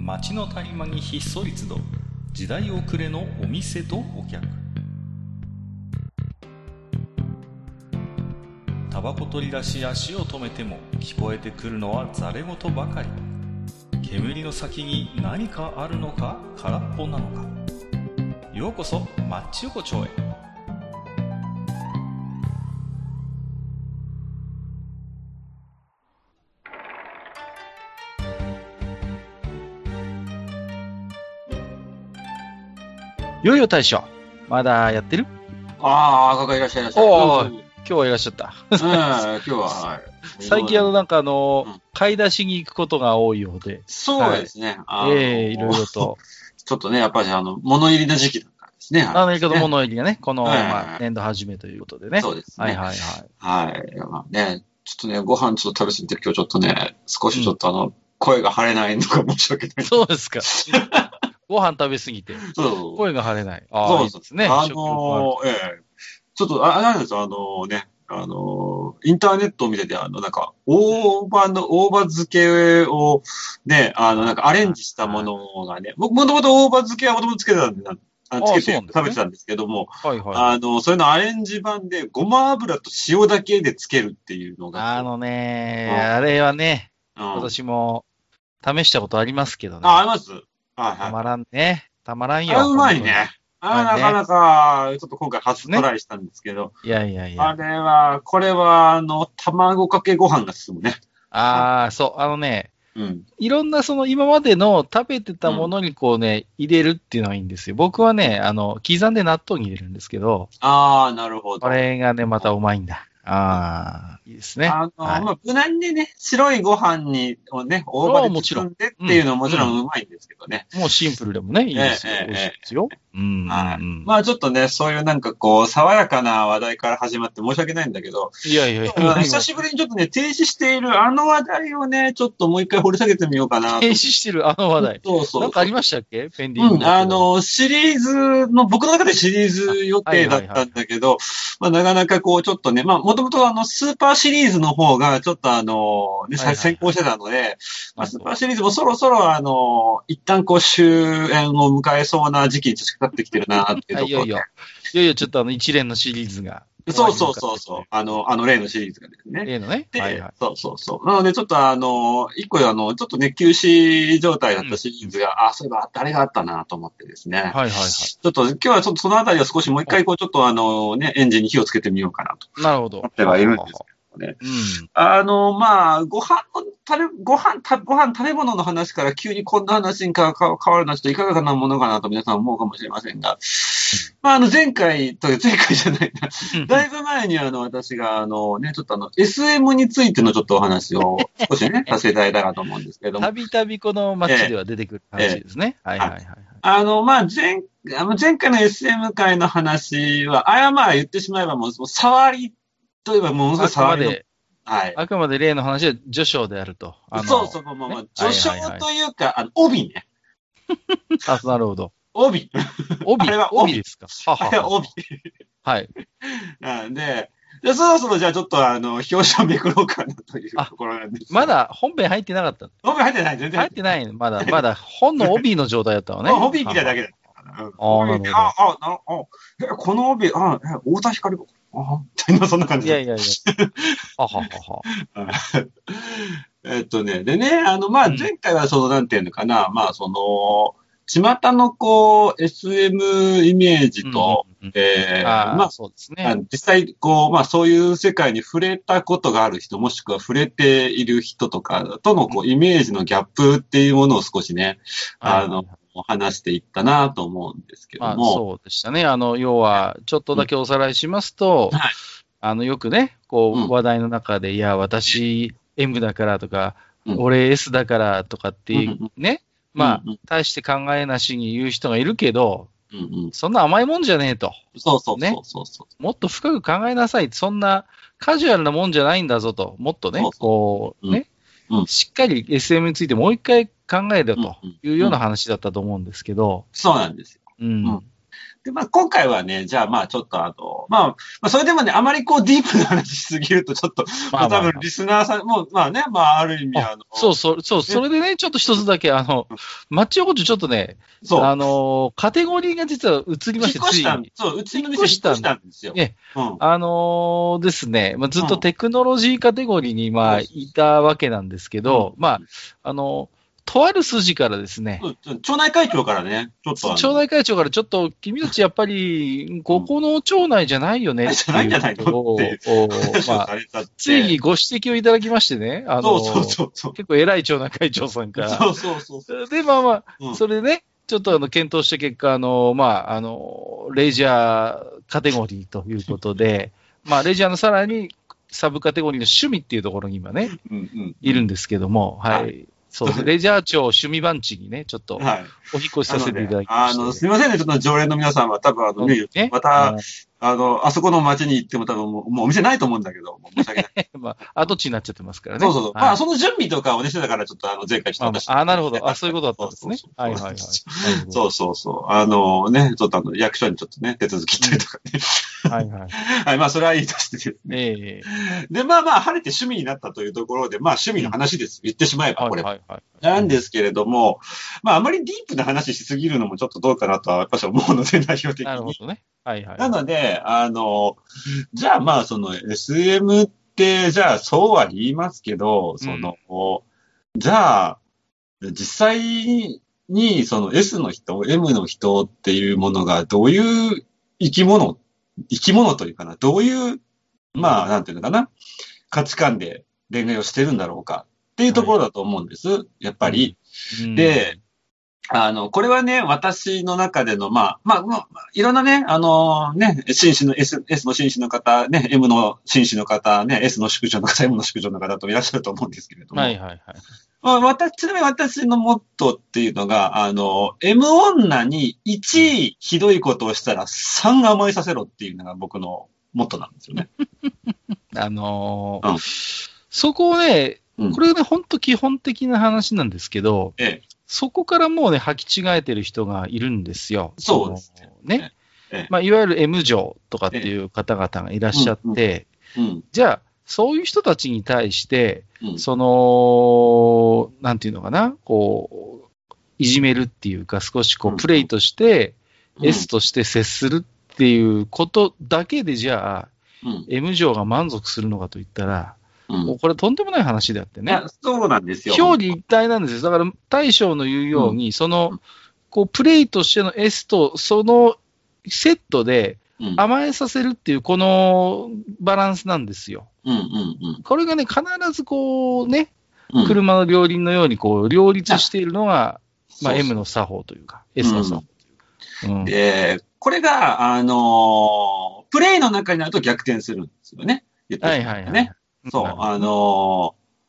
街の谷間にひっそり集う時代遅れのお店とお客。タバコ取り出し足を止めても聞こえてくるのはざれ言ばかり。煙の先に何かあるのか空っぽなのか。ようこそマッチ横丁へ。よいよ大将、まだやってる？ ああ、かかいらっしゃいました。 おー、今日はいらっしゃった。 今日は、はい。 最近買い出しに行くことが多いようで。 そうですね。 いろいろと。 ちょっとね、やっぱり物入りの時期だったんですね。 アメリカの物入りがね、この、年度始めということでね。 そうですね。 はい。 まあね、ちょっとね、ご飯ちょっと食べ過ぎて今日ちょっとね、少しちょっと声が張れないのが申し訳ない。 そうですか。ご飯食べ過ぎて。声が張れない。 そうですね。 ちょっと、あれなんですよ、インターネットを見てて、大葉漬けをね、アレンジしたものがね、僕もともと大葉漬けはもともとつけてたんで、つけて食べてたんですけども、それのアレンジ版で、ごま油と塩だけでつけるっていうのが。 あれはね、私も試したことありますけどね。 あります？ たまらんね。たまらんよ。 うまいね。なかなか、ちょっと今回初トライしたんですけど。 いや。 これは、卵かけご飯が進むね。 そう、いろんな今までの食べてたものに入れるっていうのがいいんですよ。僕はね、刻んで納豆に入れるんですけど。 なるほど。 これがね、またうまいんだ。いいですね。 無難にね、白いご飯をね、大葉で包んでっていうのはもちろんうまいんですけどね。 もうシンプルでもね、いいですよ。美味しいですよ。 まあちょっとね、そういう爽やかな話題から始まって申し訳ないんだけど。 いや。 久しぶりにちょっとね、停止しているあの話題をね、ちょっともう一回掘り下げてみようかな。 停止してるあの話題。 そう。 なんかありましたっけ？ペンディング。 シリーズの、僕の中でシリーズ予定だったんだけど、なかなかちょっとね、もともとスーパーシリーズの方がちょっと先行してたので、スーパーシリーズもそろそろ一旦終焉を迎えそうな時期に近ってきてるなっていうところで。 いよいよちょっと一連のシリーズが。 そう。例のシリーズがですね。 例のね。 そう。なので、ちょっと一個ちょっとね、休止状態だったシリーズが、そういえばあれがあったなと思ってですね。ちょっと今日はちょっとそのあたりを少しもう一回ちょっとエンジンに火をつけてみようかなと。 なるほど。 思ってはいるんですけどね。ご飯食べ物の話から急にこんな話に変わるのはちょっといかがなものかなと皆さん思うかもしれませんが、前回じゃないな。だいぶ前に私がちょっとSM についてのちょっとお話を少しね、させていただいたかと思うんですけども。 たびたびこのマッチでは出てくる話ですね。はい。 前回の SM 会の話は、言ってしまえばもう触りといえばものすごい触り。 あくまで例の話は序章であると。 そう、序章というか、帯ね。 なるほど。 帯。 あれは帯ですか。 あれは帯。 はい。 で、そろそろじゃあちょっと表紙をめくろうかなというところなんです。 まだ本編入ってなかった。 本編入ってない、全然。 入ってない。まだ本の帯の状態だったのね。 帯見ただけだった。 なるほど。 この帯、太田光子。そんな感じ。 いや。 でね、前回はなんていうのかな、巷のSM イメージと、 そうですね。 実際そういう世界に触れたことがある人、もしくは触れている人とかとのイメージのギャップっていうものを少しね、話していったなと思うんですけども。 そうでしたね。要は、ちょっとだけおさらいしますと、よくね、話題の中で、いや、私 M だからとか、俺 S だからとかっていうね、大して考えなしに言う人がいるけど、そんな甘いもんじゃねえと。 そう。 もっと深く考えなさい。そんなカジュアルなもんじゃないんだぞと。もっとね、しっかり SM についてもう一回考えろというような話だったと思うんですけど。 そうなんですよ。 で、まあ今回はね、じゃあまあちょっとまあそれでもね、あまりこうディープな話しすぎるとちょっと、まあ多分リスナーさんも、まあね、まあある意味そう、それでね、ちょっと一つだけ、マッチ横丁ちょっとね、 そう。 カテゴリーが実は移りまして、 そう、うちの店引っ越したんですよ。 ね。ですね、まあ、ずっとテクノロジーカテゴリーに、まあ、いたわけなんですけど、まあ、とある筋からですね。 町内会長からね、ちょっと町内会長からちょっと、君たちやっぱり、ここの町内じゃないよねっていうことを、まあ、ついにご指摘をいただきましてね。 そう。 結構偉い町内会長さんから。 そう。 で、まあまあ、それでね、ちょっと検討した結果、まあ、レジャーカテゴリーということで、まあ、レジャーのさらにサブカテゴリーの趣味っていうところに今ね、いるんですけども、はい。そう、レジャー庁趣味番地にね、ちょっと、お引越しさせていただきまして。 すみませんね、ちょっと常連の皆さんは多分また、あそこの町に行っても多分もうお店ないと思うんだけど、申し訳ない。 まあ、跡地になっちゃってますからね。 そう。まあ、その準備とかをね、してたからちょっと前回ちょっと私。 なるほど。そういうことだったんですね。はい。 そう。ちょっと役所にちょっとね、手続き行ったりとかね。はい、まあ、それはいいとしてですね。で、まあ、晴れて趣味になったというところで、まあ、趣味の話です。言ってしまえば、これ。なんですけれども、まあ、あまりディープな話しすぎるのもちょっとどうかなとは、やっぱり思うので、内容的に。 なるほどね。 なので、じゃあまあ、SM って、じゃあそうは言いますけど、じゃあ、実際に、S の人、M の人っていうものがどういう生き物というかな、どういう、まあ、なんていうのかな、価値観で恋愛をしてるんだろうかっていうところだと思うんです。やっぱり。で、これはね、私の中での、まあ、いろんなね、紳士の S の紳士の方、ね、M の紳士の方、ね、S の宿女の方、M の宿女の方といらっしゃると思うんですけれども。まあ、ちなみに私のモットーっていうのが、M 女に1位ひどいことをしたら3甘えさせろっていうのが僕のモットーなんですよね。 そこをね、これね、本当基本的な話なんですけど、そこからもうね、履き違えてる人がいるんですよ。 そうですね。まあ、いわゆる M 嬢とかっていう方々がいらっしゃって、じゃあ、そういう人たちに対して、なんていうのかな、こう、いじめるっていうか、少しこう、プレイとして、S として接するっていうことだけで、じゃあ、M 嬢が満足するのかといったら、もうこれとんでもない話であってね。 いや、そうなんですよ。 表裏一体なんですよ。だから、大将の言うように、こう、プレイとしての S と、そのセットで甘えさせるっていう、このバランスなんですよ。これがね、必ずこうね、車の両輪のようにこう、両立しているのが、まあ、M の作法というか、S の作法というか。 で、これが、プレイの中になると逆転するんですよね。そう、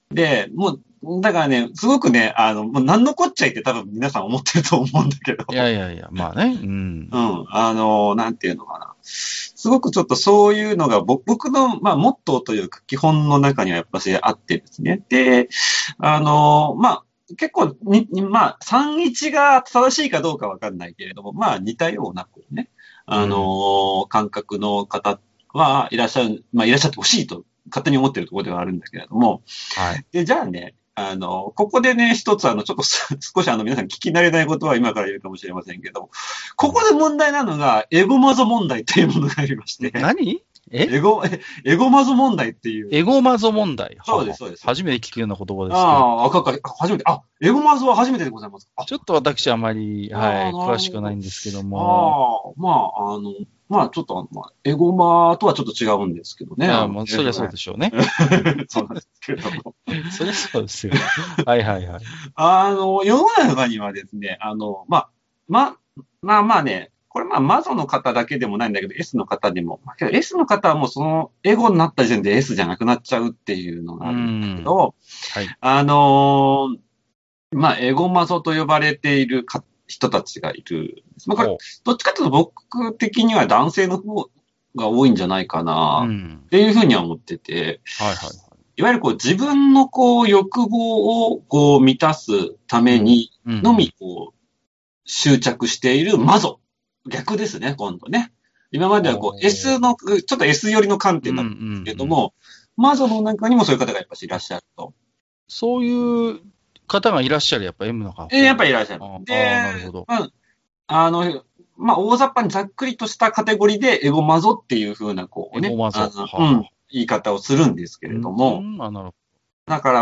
で、もう、だからね、すごくね、もう何のこっちゃいって多分皆さん思ってると思うんだけど。 いや、まあね。 なんていうのかな。すごくちょっとそういうのが僕の、まあ、モットーというか基本の中にはやっぱしあってですね。で、まあ、結構まあ、3-1が正しいかどうかわかんないけれども、まあ、似たような、こうね、感覚の方はいらっしゃってほしいと勝手に思ってるところではあるんだけれども、で、じゃあね、ここでね、一つちょっと少し皆さん聞き慣れないことは今から言うかもしれませんけども、ここで問題なのが、エゴマゾ問題っていうものがありまして。 何？ エゴマゾ問題っていう。 エゴマゾ問題。 そうです。 初めて聞くような言葉ですけど。 初めて。エゴマゾは初めてでございます。 ちょっと私あまり、詳しくないんですけども。 まあ、ちょっと、エゴマとはちょっと違うんですけどね。 そりゃそうでしょうね。 そうなんですけれども。 そりゃそうですよ。はい。 世の中にはですね、まあね、これマゾの方だけでもないんだけど、S の方でも。けど S の方はもうそのエゴになった時点で S じゃなくなっちゃうっていうのがあるんだけど、まあ、エゴマゾと呼ばれている人たちがいる。まあ、これ、どっちかというと僕的には男性の方が多いんじゃないかな、っていうふうには思ってて、いわゆるこう自分のこう欲望をこう満たすためにのみこう執着しているマゾ逆ですね、今度ね。今まではS の、ちょっと S 寄りの観点だったんですけれども、魔女の中にもそういう方がやっぱりいらっしゃると。 そういう方がいらっしゃる、やっぱ M の方。 やっぱりいらっしゃる。 で、なるほど。 大雑把にざっくりとしたカテゴリーでエゴマゾっていう風な、エゴマゾ。言い方をするんですけれども。 なるほど。 だから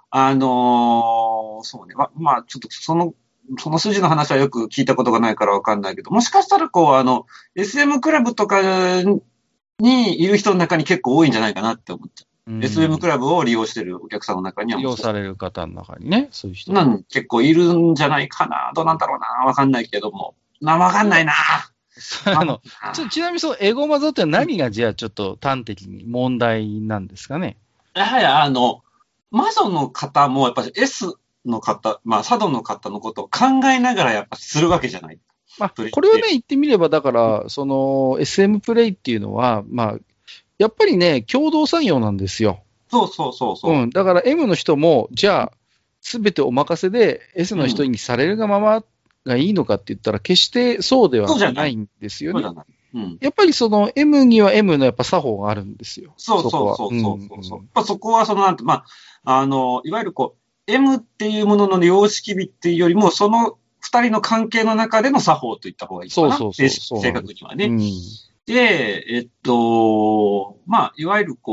そうね。ちょっとその筋の話はよく聞いたことがないからわかんないけど、もしかしたらSM クラブとかにいる人の中に結構多いんじゃないかなって思っちゃう。SM クラブを利用してるお客さんの中には利用される方の中にね、そういう人。 結構いるんじゃないかな。どうなんだろうな。わかんないけども。わかんないな。 ちなみにそのエゴマゾって何がじゃあちょっと端的に問題なんですかね。 やはり魔女の方もやっぱり S の方、サドの方のことを考えながらやっぱするわけじゃない。 これはね、言ってみれば、だから、その SM プレイっていうのは、やっぱりね、共同作業なんですよ。 そう。 だから M の人も、じゃあ、すべてお任せで S の人にされるがままがいいのかって言ったら、決してそうではないんですよね。やっぱりその M には M のやっぱ作法があるんですよ。 そう。そこはいわゆるM っていうものの様式美っていうよりも、その二人の関係の中での作法といった方がいいかな。正確にはね。で、いわゆる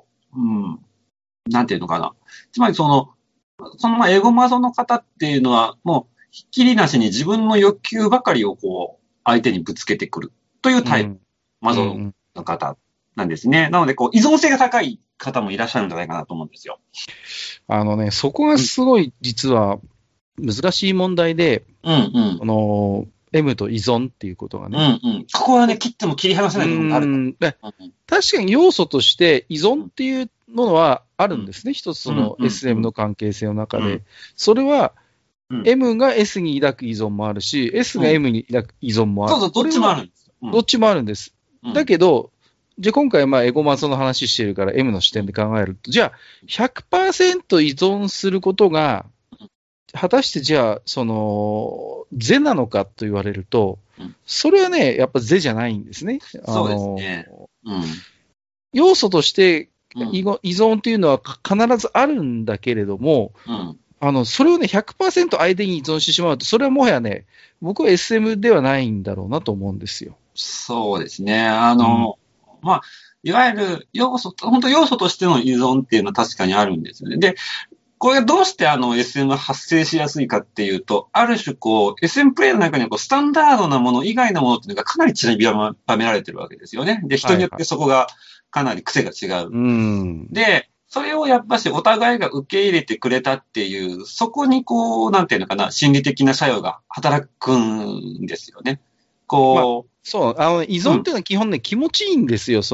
なんていうのかな。つまりそのエゴマゾの方っていうのは、もう、ひっきりなしに自分の欲求ばかりを相手にぶつけてくるというタイプ、マゾの方なんですね。なので、依存性が高い方もいらっしゃるんじゃないかなと思うんですよ。 そこがすごい、実は、難しい問題で、M と依存っていうことがね。 ここはね、切っても切り離せない部分がある。 確かに要素として依存っていうものはあるんですね。一つその SM の関係性の中で。それは、M が S に抱く依存もあるし、S が M に抱く依存もある。 どっちもあるんです。 どっちもあるんです。だけど、じゃあ今回エゴマゾの話してるから M の視点で考えると、じゃあ 100% 依存することが、果たしてじゃあ、是なのかと言われると、それはね、やっぱ是じゃないんですね。 そうですね。 要素として依存っていうのは必ずあるんだけれども、それをね、100% 相手に依存してしまうと、それはもはやね、僕は SM ではないんだろうなと思うんですよ。 そうですね。いわゆる本当要素としての依存っていうのは確かにあるんですよね。で、これがどうして SM が発生しやすいかっていうと、ある種SM プレイの中にはスタンダードなもの以外のものっていうのがかなり散りばめられてるわけですよね。で、人によってそこがかなり癖が違う。で、それをやっぱしお互いが受け入れてくれたっていう、そこになんていうのかな、心理的な作用が働くんですよね。 そう、依存っていうのは基本ね、気持ちいいんですよ、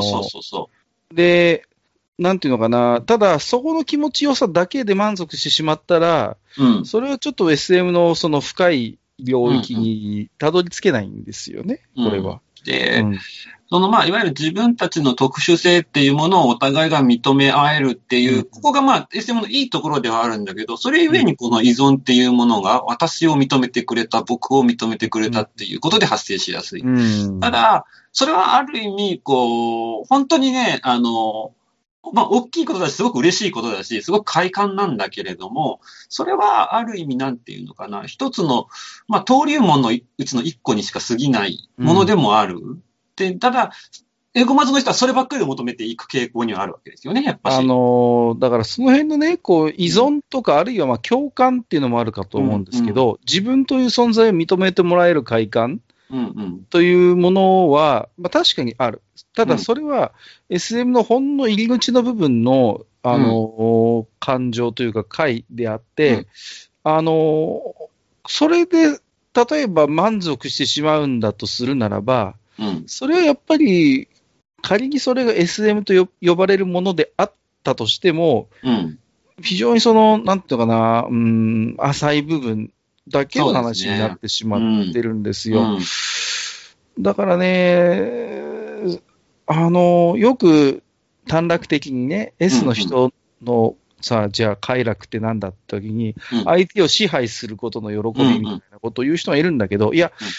で、なんていうのかな、ただ、そこの気持ちよさだけで満足してしまったら、それはちょっと SM のその深い領域にたどり着けないんですよね、これは。 で、いわゆる自分たちの特殊性っていうものをお互いが認め合えるっていう、ここがSM のいいところではあるんだけど、それゆえにこの依存っていうものが私を認めてくれた、僕を認めてくれたっていうことで発生しやすい。ただ、それはある意味、本当にね、大きいことだし、すごく嬉しいことだし、すごく快感なんだけれども、それはある意味なんていうのかな、一つの、登竜門のうちの一個にしか過ぎないものでもある。で、ただ、エゴマゾの人はそればっかりを求めていく傾向にはあるわけですよね、やっぱし。 だからその辺のね、依存とか、あるいは共感っていうのもあるかと思うんですけど、自分という存在を認めてもらえる快感というものは、確かにある。ただそれは SM のほんの入り口の部分の、感情というか快であって、それで例えば満足してしまうんだとするならば、それはやっぱり仮にそれが SM と呼ばれるものであったとしても、非常になんていうのかな、浅い部分だけの話になってしまってるんですよ。だからね、よく短絡的にね、S の人のじゃあ快楽ってなんだって時に、相手を支配することの喜びみたいなことを言う人がいるんだけど、いや、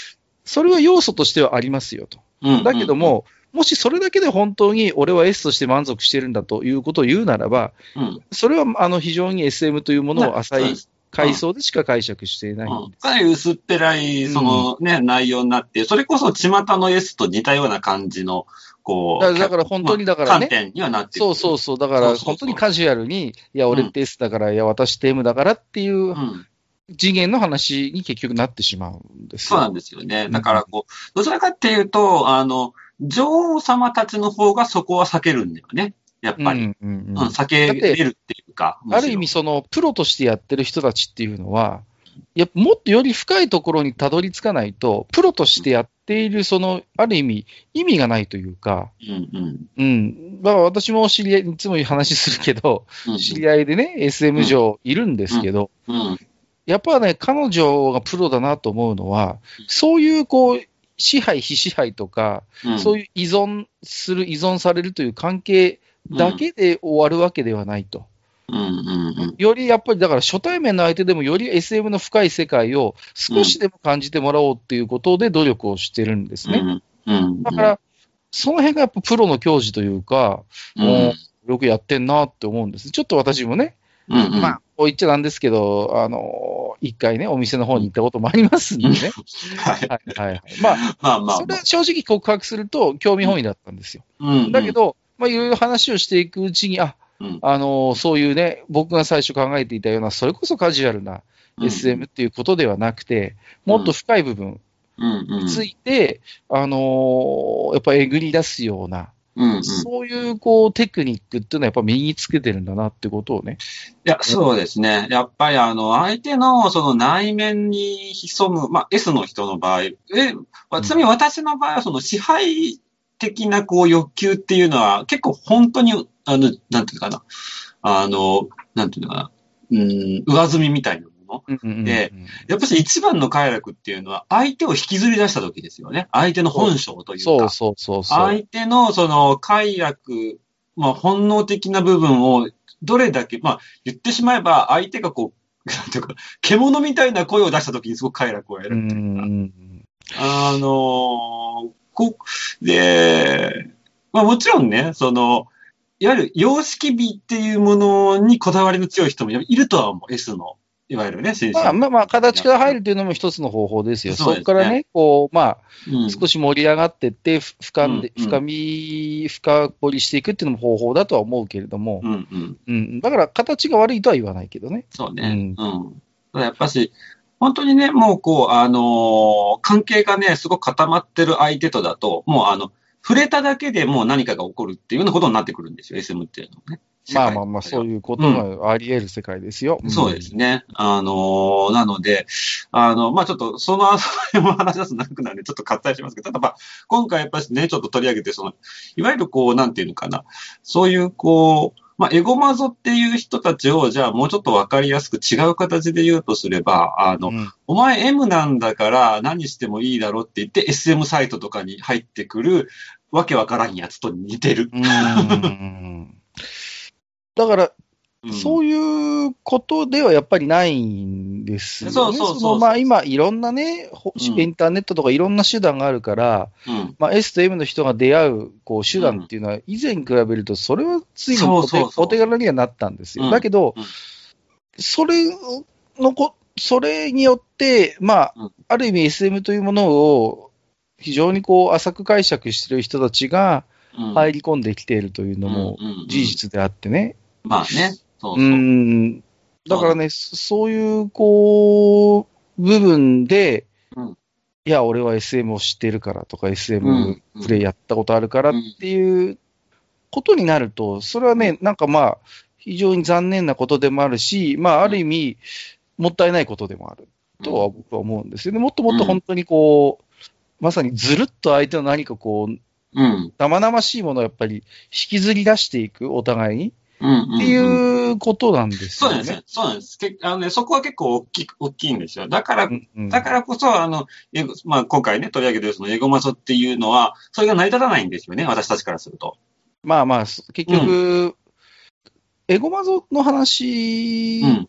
それは要素としてはありますよと。だけども、もしそれだけで本当に俺は S として満足してるんだということを言うならば、それは非常に SM というものを浅い階層でしか解釈していないんです。 かなり薄っぺらい、内容になって、それこそ巷の S と似たような感じの、 だから本当にだからね、 観点にはなってくる。 そう。だから本当にカジュアルに、いや、俺って S だから、いや、私って M だからっていう次元の話に結局なってしまうんですよ。 そうなんですよね。だからどちらかっていうと、女王様たちの方がそこは避けるんだよね。やっぱり。避けれるっていうか。 ある意味、プロとしてやってる人たちっていうのは、もっとより深いところにたどり着かないと、プロとしてやっている、ある意味、意味がないというか、だから私も知り合い、いつも話するけど、知り合いでね、SM 上いるんですけど、やっぱね、彼女がプロだなと思うのは、そういう支配、非支配とか、そういう依存されるという関係だけで終わるわけではないと。よりやっぱりだから初対面の相手でもより SM の深い世界を少しでも感じてもらおうっていうことで努力をしてるんですね。だから、その辺がやっぱプロの境地というか、よくやってんなって思うんです。ちょっと私もね、まあ、こう言っちゃなんですけど、一回ね、お店の方に行ったこともありますんでね。はい。まあ、それは正直告白すると興味本位だったんですよ。だけど、まあ、いろいろ話をしていくうちに、そういうね、僕が最初考えていたような、それこそカジュアルな SM っていうことではなくて、もっと深い部分について、やっぱえぐり出すような、そういうテクニックっていうのはやっぱ身につけてるんだなってことをね。 いや、そうですね。やっぱり相手のその内面に潜む、まあ S の人の場合、ちなみに私の場合はその支配的な欲求っていうのは結構本当に、なんていうかな、なんていうのかな、上積みみたいなもの。で、やっぱり一番の快楽っていうのは相手を引きずり出した時ですよね。相手の本性というか。 そう。 相手のその快楽、まあ本能的な部分をどれだけ、まあ言ってしまえば相手がなんていうか、獣みたいな声を出した時にすごく快楽を得るっていうか。で、まあもちろんね、いわゆる様式美っていうものにこだわりの強い人もいるとは思う。S の、いわゆるね、先生。 まあ、形から入るというのも一つの方法ですよ。そこからね、少し盛り上がっていって、深掘りしていくっていうのも方法だとは思うけれども、だから形が悪いとは言わないけどね。 そうね。やっぱし、本当にね、もう関係がね、すごく固まってる相手とだと、もう触れただけでもう何かが起こるっていうようなことになってくるんですよ、SM っていうのはね。 まあ、そういうことがあり得る世界ですよ。 そうですね。なので、まあちょっと、その辺も話し出すと長くなるんで、ちょっと割愛しますけど、ただ今回やっぱりね、ちょっと取り上げて、いわゆるなんていうのかな、そういうまあ、エゴマゾっていう人たちを、じゃあもうちょっとわかりやすく違う形で言うとすれば、お前 M なんだから何してもいいだろって言って SM サイトとかに入ってくるわけわからんやつと似てる。 だから、そういうことではやっぱりないんですよね。まあ今いろんなね、インターネットとかいろんな手段があるから、まあ S と M の人が出会う手段っていうのは以前に比べるとそれは随分お手軽にはなったんですよ。だけど、それによって、まあ、ある意味 SM というものを非常に浅く解釈している人たちが入り込んできているというのも事実であってね。 まあね。 だからね、そういう、部分で、いや、俺は SM を知っているからとか、SM プレイやったことあるからっていうことになると、それはね、なんかまあ、非常に残念なことでもあるし、まあ、ある意味、もったいないことでもあるとは僕は思うんですよね。もっともっと本当にまさにずるっと相手の何か生々しいものをやっぱり引きずり出していく、お互いに。っていうことなんですよね。 そうなんです。そこは結構大きいんですよ。だからこそ、まあ、今回ね、取り上げてるそのエゴマゾっていうのは、それが成り立たないんですよね、私たちからすると。 まあまあ、結局、エゴマゾの話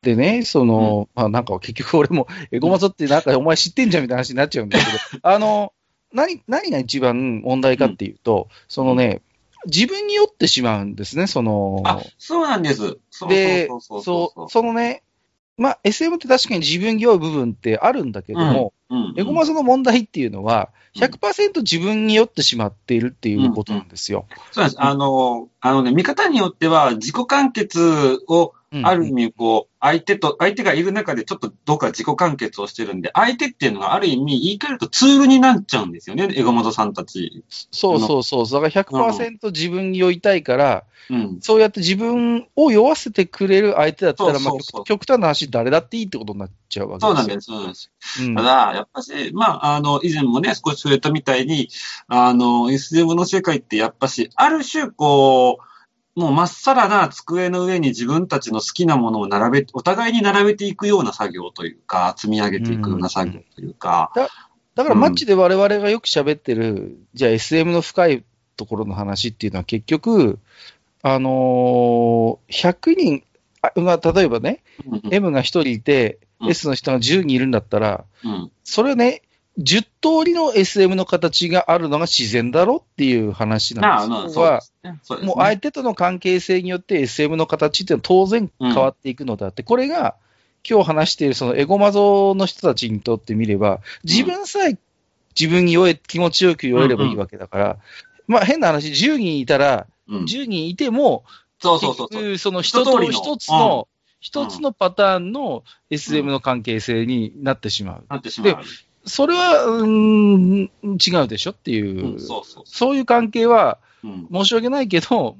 でね、まあなんか結局俺も、エゴマゾってなんかお前知ってんじゃんみたいな話になっちゃうんだけど、何が一番問題かっていうと、自分に酔ってしまうんですね、 あ、そうなんです。 で、まあ SM って確かに自分に酔う部分ってあるんだけども、エゴマゾの問題っていうのは、100% 自分に酔ってしまっているっていうことなんですよ。 そうなんです。見方によっては、自己完結を、ある意味、相手がいる中でちょっとどっか自己完結をしてるんで、相手っていうのがある意味言い換えるとツールになっちゃうんですよね、エゴマゾさんたち。 そう。だから100% 自分に酔いたいから、そうやって自分を酔わせてくれる相手だったら、極端な話、誰だっていいってことになっちゃうわけですよ。 そうなんです。ただ、やっぱし、以前もね、少し触れたみたいに、SM の世界ってやっぱし、ある種、もうまっさらな机の上に自分たちの好きなものをお互いに並べていくような作業というか、積み上げていくような作業というか。 だからマッチで我々がよく喋ってる、じゃあ SM の深いところの話っていうのは結局、100人、例えばね、M が1人いて、S の人が10人いるんだったら、それはね、10通りの SM の形があるのが自然だろっていう話なんです。もう相手との関係性によって SM の形っていうのは当然変わっていくのであって、これが今日話しているそのエゴマゾの人たちにとってみれば、自分さえ自分に気持ちよく酔えればいいわけだから、まあ変な話、10人いたら、10人いても、その一つのパターンの SM の関係性になってしまう。で、それは、違うでしょっていう、そういう関係は、申し訳ないけど、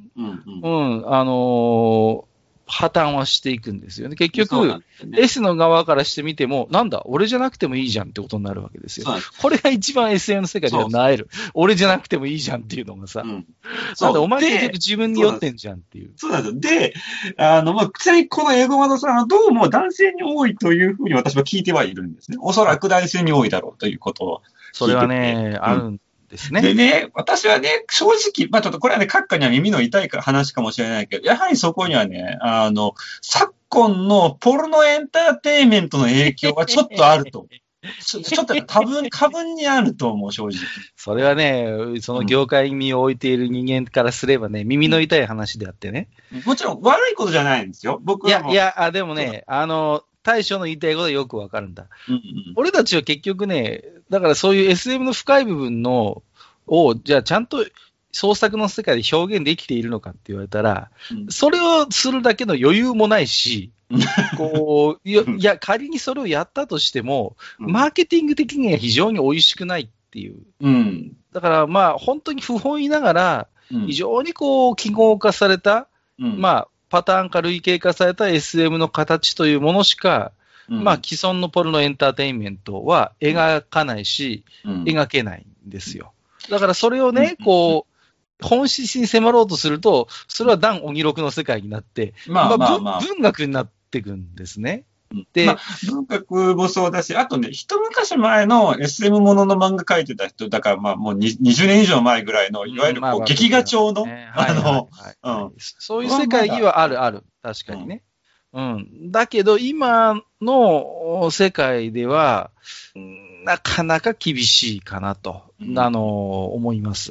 破綻はしていくんですよね。結局、S の側からしてみても、なんだ、俺じゃなくてもいいじゃんってことになるわけですよ。これが一番 SM の世界ではなえる。俺じゃなくてもいいじゃんっていうのがさ。なんだ、お前結局自分に酔ってんじゃんっていう。 そうなんですよ。で、ちなみにこのエゴマゾさんはどうも男性に多いというふうに私は聞いてはいるんですね。おそらく男性に多いだろうということを。 それはね、あるんですね。 でね、私はね、正直、ちょっとこれはね、閣下には耳の痛い話かもしれないけど、やはりそこにはね、昨今のポルノエンターテインメントの影響はちょっとあると。ちょっと多分にあると思う、正直。 それはね、その業界に身を置いている人間からすればね、耳の痛い話であってね。 もちろん悪いことじゃないんですよ、僕は。 いや、でもね、大将の言いたいことはよくわかるんだ。俺たちは結局ね、だからそういう SM の深い部分を、じゃあちゃんと創作の世界で表現できているのかって言われたら、それをするだけの余裕もないし、いや、仮にそれをやったとしても、マーケティング的には非常に美味しくないっていう。だからまあ本当に不本意ながら、非常に記号化された、パターン化類型化された SM の形というものしか、既存のポルノエンターテインメントは描かないし、描けないんですよ。だからそれをね、本質に迫ろうとすると、それは段鬼録の世界になって、文学になっていくんですね。 で、文学もそうだし、あとね、一昔前の SM ものの漫画描いてた人、だからもう20年以上前ぐらいの、いわゆる劇画調の、 そういう世界にはある。確かにね。だけど、今の世界では、なかなか厳しいかなと、思います。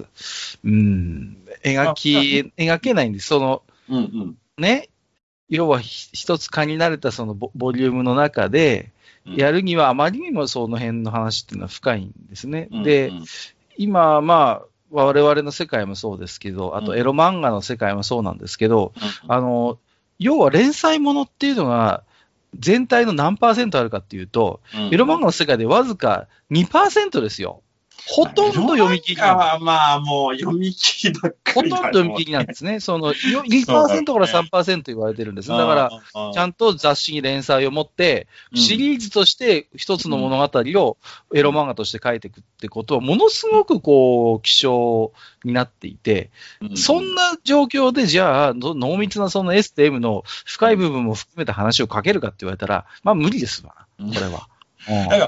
描けないんです。ね、要は一つ蚊になれたそのボリュームの中で、やるにはあまりにもその辺の話っていうのは深いんですね。で、今、我々の世界もそうですけど、あとエロ漫画の世界もそうなんですけど、要は連載ものっていうのが、全体の何%あるかっていうと、エロ漫画の世界でわずか 2% ですよ。ほとんど読み切り。 もう読み切りばっかり。 ほとんど読み切りなんですね。2% から 3% 言われてるんです。だから、ちゃんと雑誌に連載を持って、シリーズとして一つの物語をエロ漫画として書いていくってことは、ものすごく希少になっていて、そんな状況で、じゃあ、濃密なその S と M の深い部分も含めた話を書けるかって言われたら、無理ですわ、これは。 だから、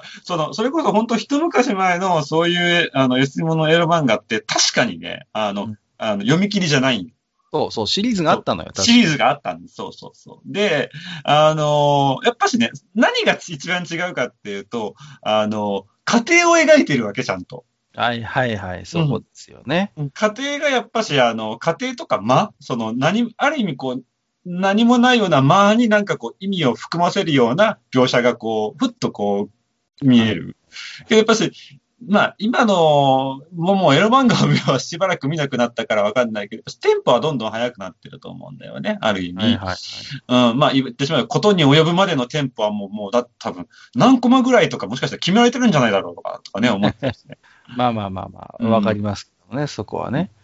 それこそ本当一昔前のそういう、SM のエロ漫画って確かにね、読み切りじゃない。 そうそう、シリーズがあったのよ、 シリーズがあったんです。そうそうそう。で、やっぱしね、何が一番違うかっていうと、家庭を描いてるわけ、ちゃんと。 はいはいはい、そうですよね。 家庭がやっぱし、家庭とかある意味何もないような間になんか意味を含ませるような描写がふっと見える。でやっぱし、今の、もうエロ漫画はしばらく見なくなったからわかんないけど、テンポはどんどん速くなってると思うんだよね、ある意味。 はいはい、 言ってしまうことに及ぶまでのテンポはもう多分、何コマぐらいとかもしかしたら決められてるんじゃないだろうとかね、思ってますね。 まあ、わかりますけどね、そこはね。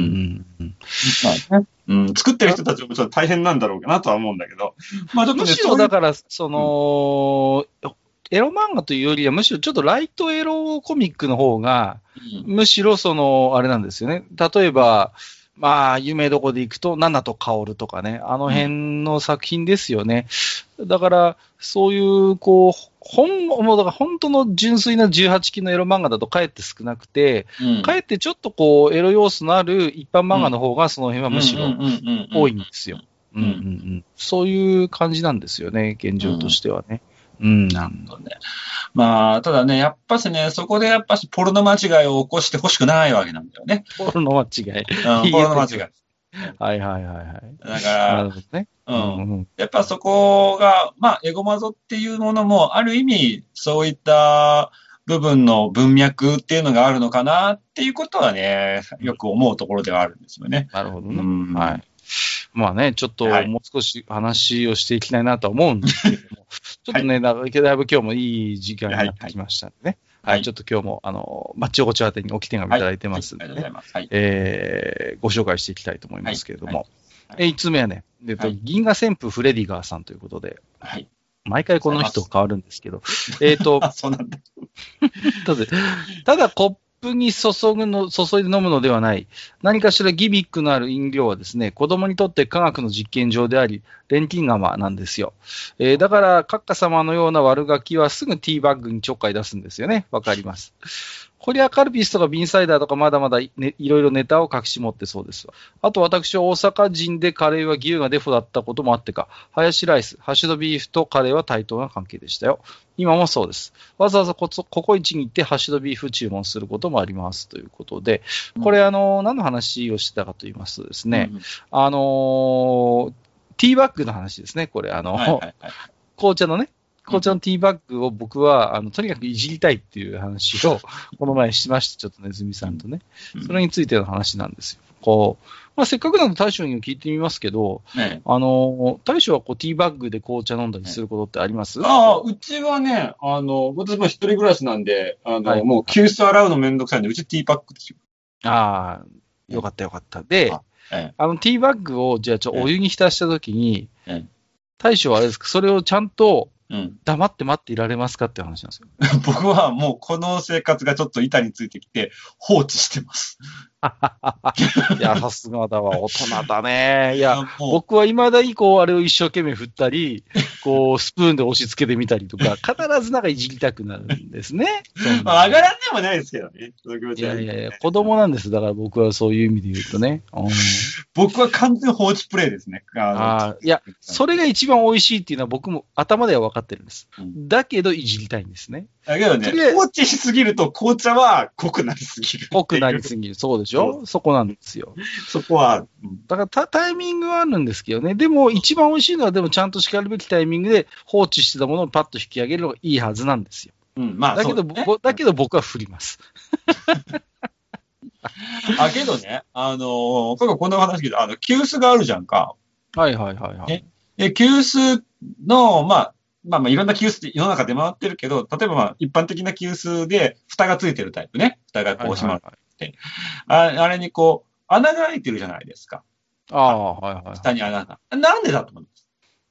作ってる人たちもちょっと大変なんだろうかなとは思うんだけど。ちょっとね、 むしろだから、エロ漫画というよりは、むしろちょっとライトエロコミックの方が、むしろあれなんですよね。例えば、有名どこで行くと、ナナとカオルとかね、あの辺の作品ですよね。だから、そういう、もうだから本当の純粋な18禁のエロ漫画だとかえって少なくて、かえってちょっとエロ要素のある一般漫画の方がその辺はむしろ多いんですよ。そういう感じなんですよね、現状としてはね。 なるほどね。ただね、やっぱしね、そこでやっぱしポルノ間違いを起こしてほしくないわけなんだよね。 ポルノ間違い。 ポルノ間違い。 はい。 だから、 なるほどね。 やっぱそこが、エゴマゾっていうものも、ある意味、そういった部分の文脈っていうのがあるのかなっていうことはね、よく思うところではあるんですよね。 なるほどね。はい。ちょっともう少し話をしていきたいなとは思うんですけども、ちょっとね、だいぶ今日もいい時間になってきましたんでね。はい、ちょっと今日も、マッチ横丁宛てに置き手紙いただいてますんでね、ご紹介していきたいと思いますけれども、1つ目はね、銀河旋風フレディガーさんということで、毎回この人変わるんですけど、 そうなんだ。 ただコップに注いで飲むのではない、何かしらギミックのある飲料はですね、子供にとって科学の実験場であり、錬金釜なんですよ。だから、閣下様のような悪ガキはすぐティーバッグにちょっかい出すんですよね。わかります。こりゃカルピスとかビンサイダーとかまだまだ、ね、いろいろネタを隠し持ってそうですわ。あと私は大阪人でカレーは牛がデフォだったこともあってか、ハヤシライス、ハッシュドビーフとカレーは対等な関係でしたよ。今もそうです。わざわざココイチに行ってハッシュドビーフ注文することもありますということで、これ何の話をしてたかと言いますとですね、ティーバッグの話ですね、これ紅茶のね、紅茶のティーバッグを僕は、とにかくいじりたいっていう話を、この前しました、ちょっとネズミさんとね。それについての話なんですよ。せっかくなので大将にも聞いてみますけど、大将はティーバッグで紅茶飲んだりすることってあります？ うちはね、私も一人暮らしなんで、もう急須洗うのめんどくさいんで、うちティーバッグですよ。 よかったよかった。で、ティーバッグを、じゃあお湯に浸したときに、大将はあれですか、それをちゃんと、黙って待っていられますかっていう話なんですよ。 僕はもうこの生活がちょっと板についてきて放置してます。 いや、さすがだわ。大人だね。いや、僕は未だにあれを一生懸命振ったり、スプーンで押し付けてみたりとか、必ずなんかいじりたくなるんですね。 上がらんでもないですけどね。 いや、子供なんです。だから僕はそういう意味で言うとね。 僕は完全放置プレイですね。 いや、それが一番美味しいっていうのは僕も頭では分かってるんです。だけどいじりたいんですね。 だけどね、放置しすぎると紅茶は濃くなりすぎる。 濃くなりすぎる。そうでしょ？そこなんですよ。 そこは。 だからタイミングはあるんですけどね。でも一番美味しいのはでもちゃんと叱るべきタイミングで放置してたものをパッと引き上げるのがいいはずなんですよ。だけど僕は振ります。 けどね、こんな話けど、急須があるじゃんか。 はい。 急須の、いろんな急須って世の中出回ってるけど、例えば一般的な急須で蓋がついてるタイプね。蓋が閉まって。あれに穴が開いてるじゃないですか。下に穴が。なんでだと思います？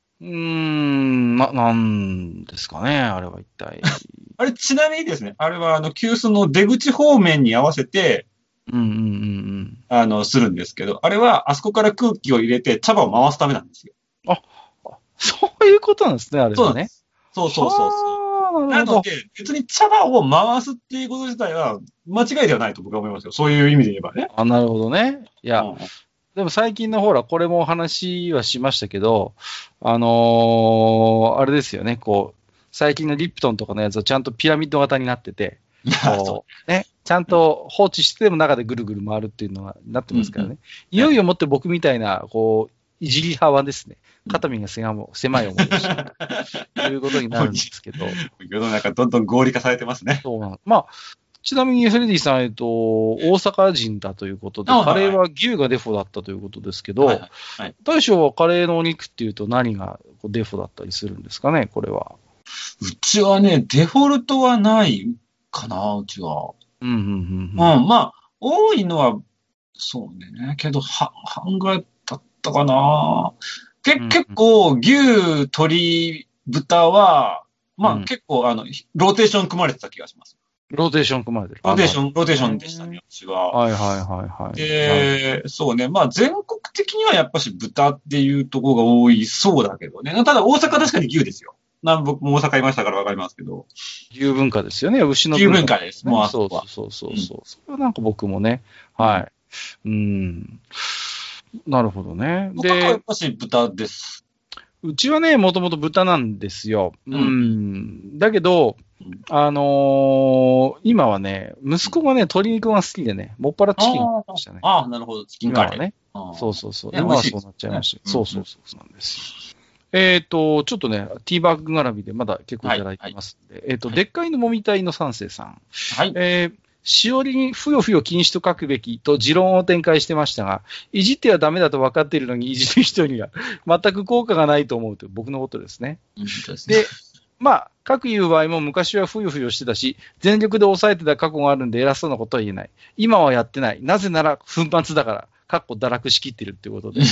なんですかね、あれは一体。 あれ、ちなみにですね、あれは急須の出口方面に合わせて、するんですけど、あれはあそこから空気を入れて茶葉を回すためなんですよ。 そういうことなんですね、あれはね。 そう。なので、別に茶葉を回すっていうこと自体は間違いではないと僕は思いますよ。そういう意味で言えばね。 なるほどね。いや、 でも最近のほら、これも話はしましたけど、あれですよね、こう、最近のリプトンとかのやつはちゃんとピラミッド型になってて、こう、ね、ちゃんと放置してでも中でぐるぐる回るっていうのがなってますからね。いよいよもって僕みたいな、こう、いじり派はですね、肩身が狭い思いをしてということになるんですけど。 世の中どんどん合理化されてますね。 そうなの。まあ、ちなみにフレディさん、大阪人だということで、カレーは牛がデフォだったということですけど、大将はカレーのお肉っていうと何がデフォだったりするんですかね、これは。 うちはね、デフォルトはないかな、うちは。まあ、多いのは、そうね、けど、半ぐらいだったかな。結構、牛、鶏、豚は、まあ、結構、ローテーション組まれてた気がします。 ローテーション組まれてる。 ローテーションでしたね、私は。 はい。 で、そうね。まあ、全国的にはやっぱし豚っていうところが多いそうだけどね。ただ、大阪確かに牛ですよ。僕も大阪いましたからわかりますけど。 牛文化ですよね、牛の文化。牛文化です。もうそう。それはなんか僕もね、はい。なるほどね。 で、やっぱし豚です。 うちはね、もともと豚なんですよ。だけど、今はね、息子がね、鶏肉が好きでね、もっぱらチキンでしたね。 なるほど、チキンカレー。 ね。そう。今はそうなっちゃいました。そうなんですよ。ちょっとね、ティーバッグ絡みでまだ結構いただいてますんで、でっかいのもみたいの三世さん。 はい。 しおりにふよふよ禁止と書くべきと持論を展開してましたが、いじってはダメだと分かっているのにいじる人には全く効果がないと思うという僕のことですね。で、まあ、各言う場合も昔はふよふよしてたし、全力で抑えてた過去があるんで偉そうなことは言えない。今はやってない。なぜなら粉末だから、堕落しきってるってことで。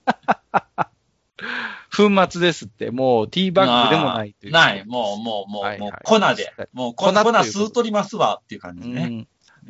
粉末ですって、もうティーバッグでもないという。 ない、もう粉で。もう粉吸うとりますわっていう感じね。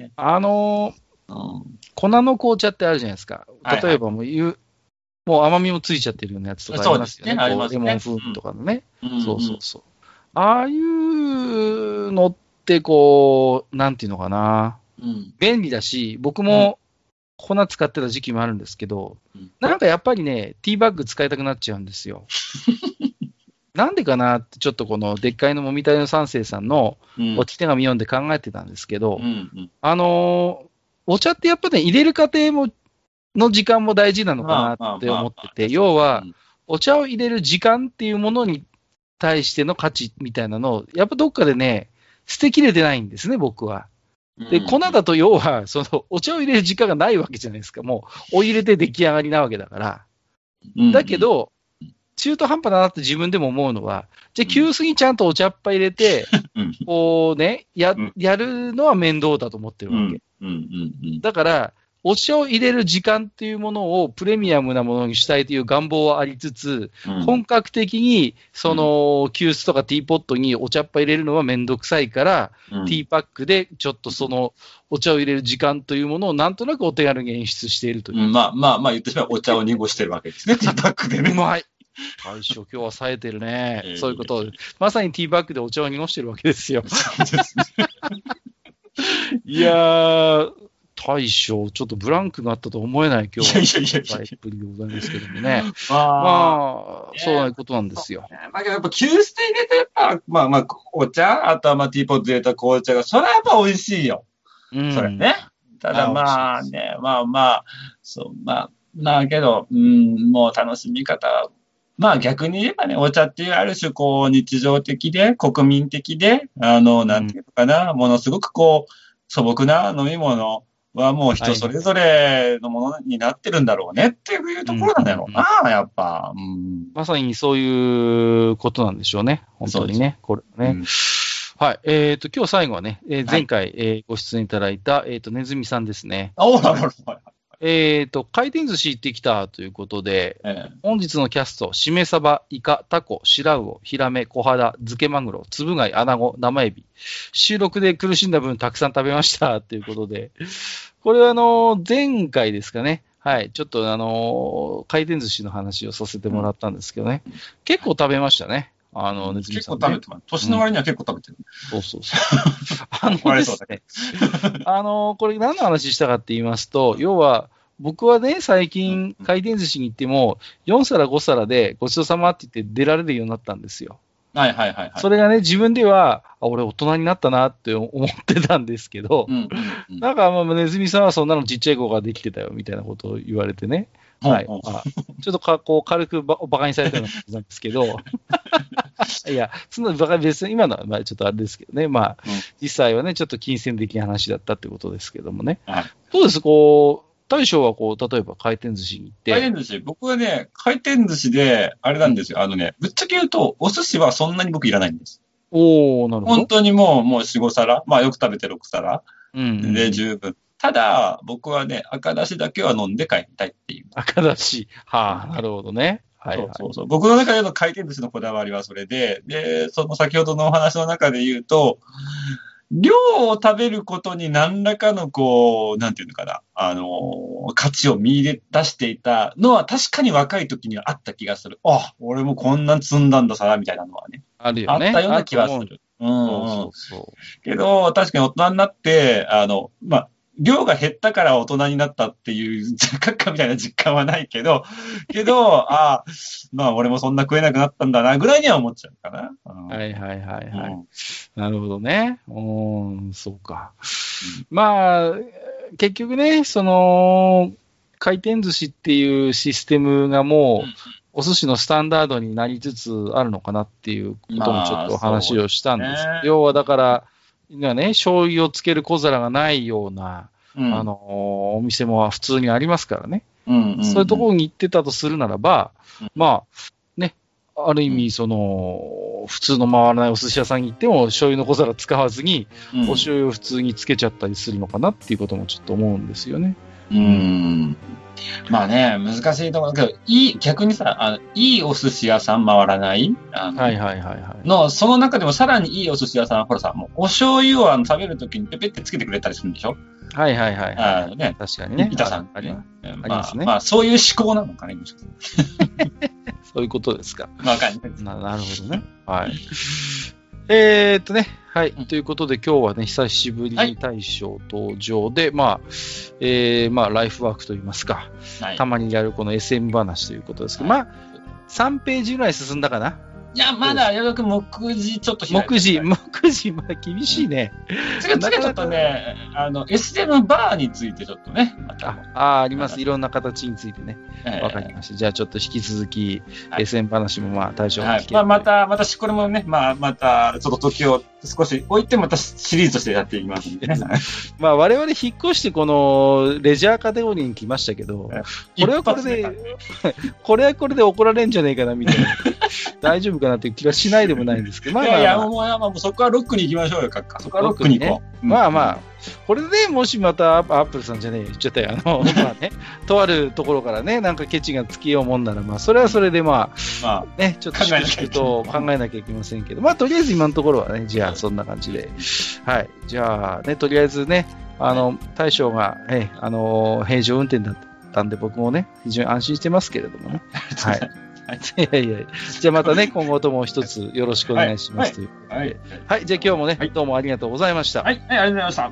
粉の紅茶ってあるじゃないですか。例えばもう甘みもついちゃってるようなやつとかありますよね。レモン風味とかのね。そう。ああいうのってこう、なんていうのかな。便利だし、僕も粉使ってた時期もあるんですけど、なんかやっぱりね、ティーバッグ使いたくなっちゃうんですよ。なんでかなって、ちょっとこのでっかいのもみたいの三世さんのお手紙読んで考えてたんですけど、お茶ってやっぱね、入れる過程の時間も大事なのかなって思ってて、要は、お茶を入れる時間っていうものに対しての価値みたいなのを、やっぱどっかでね、捨てきれてないんですね、僕は。で、粉だと要は、お茶を入れる時間がないわけじゃないですか。もう、お入れて出来上がりなわけだから。だけど、中途半端だなって自分でも思うのは、じゃあ急須にちゃんとお茶っ葉入れて、こうね、やるのは面倒だと思ってるわけ。だから、お茶を入れる時間っていうものをプレミアムなものにしたいという願望はありつつ、本格的に急須とかティーポットにお茶っ葉入れるのはめんどくさいから、ティーパックでちょっとお茶を入れる時間というものをなんとなくお手軽に演出しているという。 まあ言ってしまえばお茶を濁してるわけですね、ティーパックでね。 うまい。大将、今日は冴えてるね。そういうことを。まさにティーバッグでお茶を濁してるわけですよ。 そうですね。 いやー、大将、ちょっとブランクがあったと思えない今日は。 いっぷりでございますけどもね。まあ、そういうことなんですよ。 まあ、やっぱ急須で入れて、やっぱ、まあ、お茶、あとはティーポットで入れた紅茶が、それはやっぱ美味しいよ。それね。ただまあね、けど、もう楽しみ方まあ逆に言えばね、お茶っていうある種こう日常的で国民的で、なんていうのかな、ものすごくこう素朴な飲み物はもう人それぞれのものになってるんだろうねっていうところなんだろうな、やっぱ。 まさにそういうことなんでしょうね。本当にね。これね。はい。今日最後はね、前回、ご出演いただいた、ねずみさんですね。回転寿司行ってきたということで、本日のキャスト、しめ鯖、イカ、タコ、白魚、ヒラメ、小肌、漬けマグロ、つぶ貝、アナゴ、生エビ。収録で苦しんだ分たくさん食べましたということで、これは前回ですかね。はい。ちょっと回転寿司の話をさせてもらったんですけどね。結構食べましたね。ねずみさん、ね。 結構食べてます。年の割には結構食べてる。 そう。ですね。これ何の話したかって言いますと、要は、 僕はね、最近、回転寿司に行っても、4皿5皿でごちそうさまって言って出られるようになったんですよ。 はいはいはいはい。 それがね、自分では、俺大人になったなって思ってたんですけど、なんか、ネズミさんはそんなのちっちゃい子ができてたよ、みたいなことを言われてね。はい。ちょっとこう軽くバカにされたようなことなんですけど、いや、そんなバカ別に今のはちょっとあれですけどね、実際はね、ちょっと金銭的な話だったってことですけどもね。そうです、大将は例えば回転寿司に行って。 回転寿司、僕はね、回転寿司で、あれなんですよ。ぶっちゃけ言うと、お寿司はそんなに僕いらないんです。 なるほど。 本当にもう4、5皿。よく食べて6皿。で十分。ただ、僕はね、赤だしだけは飲んで帰りたいっていう。 赤だし。なるほどね。 そう。僕の中での回転寿司のこだわりはそれで、その先ほどのお話の中で言うと、量を食べることに何らかのなんていうのかな、価値を見出していたのは確かに若い時にはあった気がする。俺もこんな積んだんださ、みたいなのはね。 あるよね。 あったような気はする。けど、確かに大人になって、量が減ったから大人になったっていう若干みたいな実感はないけど、俺もそんな食えなくなったんだな、ぐらいには思っちゃうかな。 はい。なるほどね。そうか。結局ね、回転寿司っていうシステムがもう、お寿司のスタンダードになりつつあるのかなっていうこともちょっと話をしたんです。要はだから、今ね、醤油をつける小皿がないような、お店も普通にありますからね。そういうところに行ってたとするならば、ね、ある意味、普通の回らないお寿司屋さんに行っても、醤油の小皿使わずに、お醤油を普通につけちゃったりするのかなっていうこともちょっと思うんですよね。 難しいところだけど、逆にさ、いいお寿司屋さん回らないその中でもさらにいいお寿司屋さんは、ほらさ、もうお醤油を食べるときにペペってつけてくれたりするんでしょ？ はい。ね、確かにね。 板さんありますね。 そういう思考なのかね、 そういうことですか。 わかんない。 なるほどね。はい。ね。はい。ということで今日はね、久しぶりに大将登場で、ライフワークといいますか、たまにやるこの SM 話ということですけど、3ページぐらい進んだかな。 いや、まだ、よく目次ちょっと開いて目次、厳しいね。 次ちょっとね、SM バーについてちょっとね、また。 あります。いろんな形についてね。わかりました。じゃあちょっと引き続き、SM 話も大将が聞ける。 また、これもね、また、ちょっと時を少し置いて、またシリーズとしてやっていきますんでね。 我々引っ越してこの、レジャーカテゴリーに来ましたけど、これはこれで怒られんじゃねえかな、みたいな。大丈夫かなっていう気がしないでもないんですけど、 もうそこはロックに行きましょうよ、閣下。そこはロックに行こう。 これでもしまたアップルさんじゃねえ、言っちゃったよ。とあるところからね、なんかケチがつけようもんなら、それはそれでね、ちょっと考えなきゃいけませんけど、とりあえず今のところはね、じゃあそんな感じで。はい。じゃあね、とりあえずね、大将が、平常運転だったんで、僕もね、非常に安心してますけれどもね。はい。いや。じゃあまたね、今後とも一つよろしくお願いしますということで。はい。じゃあ今日もね、どうもありがとうございました。 はい、ありがとうございました。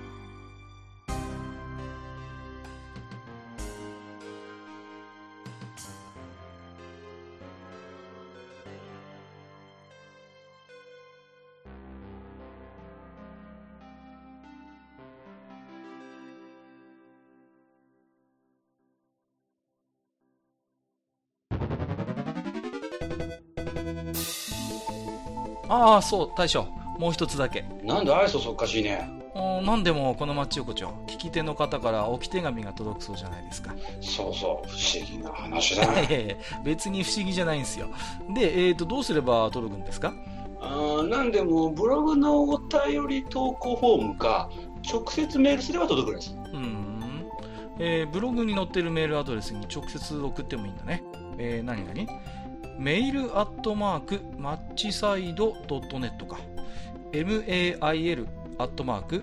そう、大将。もう一つだけ。 なんで愛想そっかしいね。 なんでもこの町横丁、聞き手の方から置き手紙が届くそうじゃないですか。 そう、不思議な話だ。 別に不思議じゃないんですよ。で、どうすれば届くんですか？ なんでもブログのお便り投稿フォームか、直接メールすれば届くんです。 ブログに載ってるメールアドレスに直接送ってもいいんだね。何メールアットマークマッチサイドドットネットか。mail アットマーク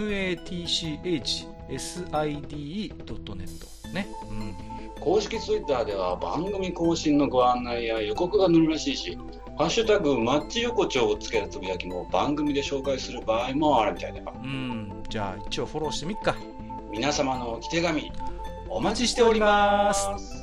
matchside.net ね。 公式ツイッターでは番組更新のご案内や予告が載るらしいし、ハッシュタグマッチ横丁をつけたつぶやきも番組で紹介する場合もあるみたいだよ。 じゃあ一応フォローしてみっか。 皆様の置き手紙お待ちしております。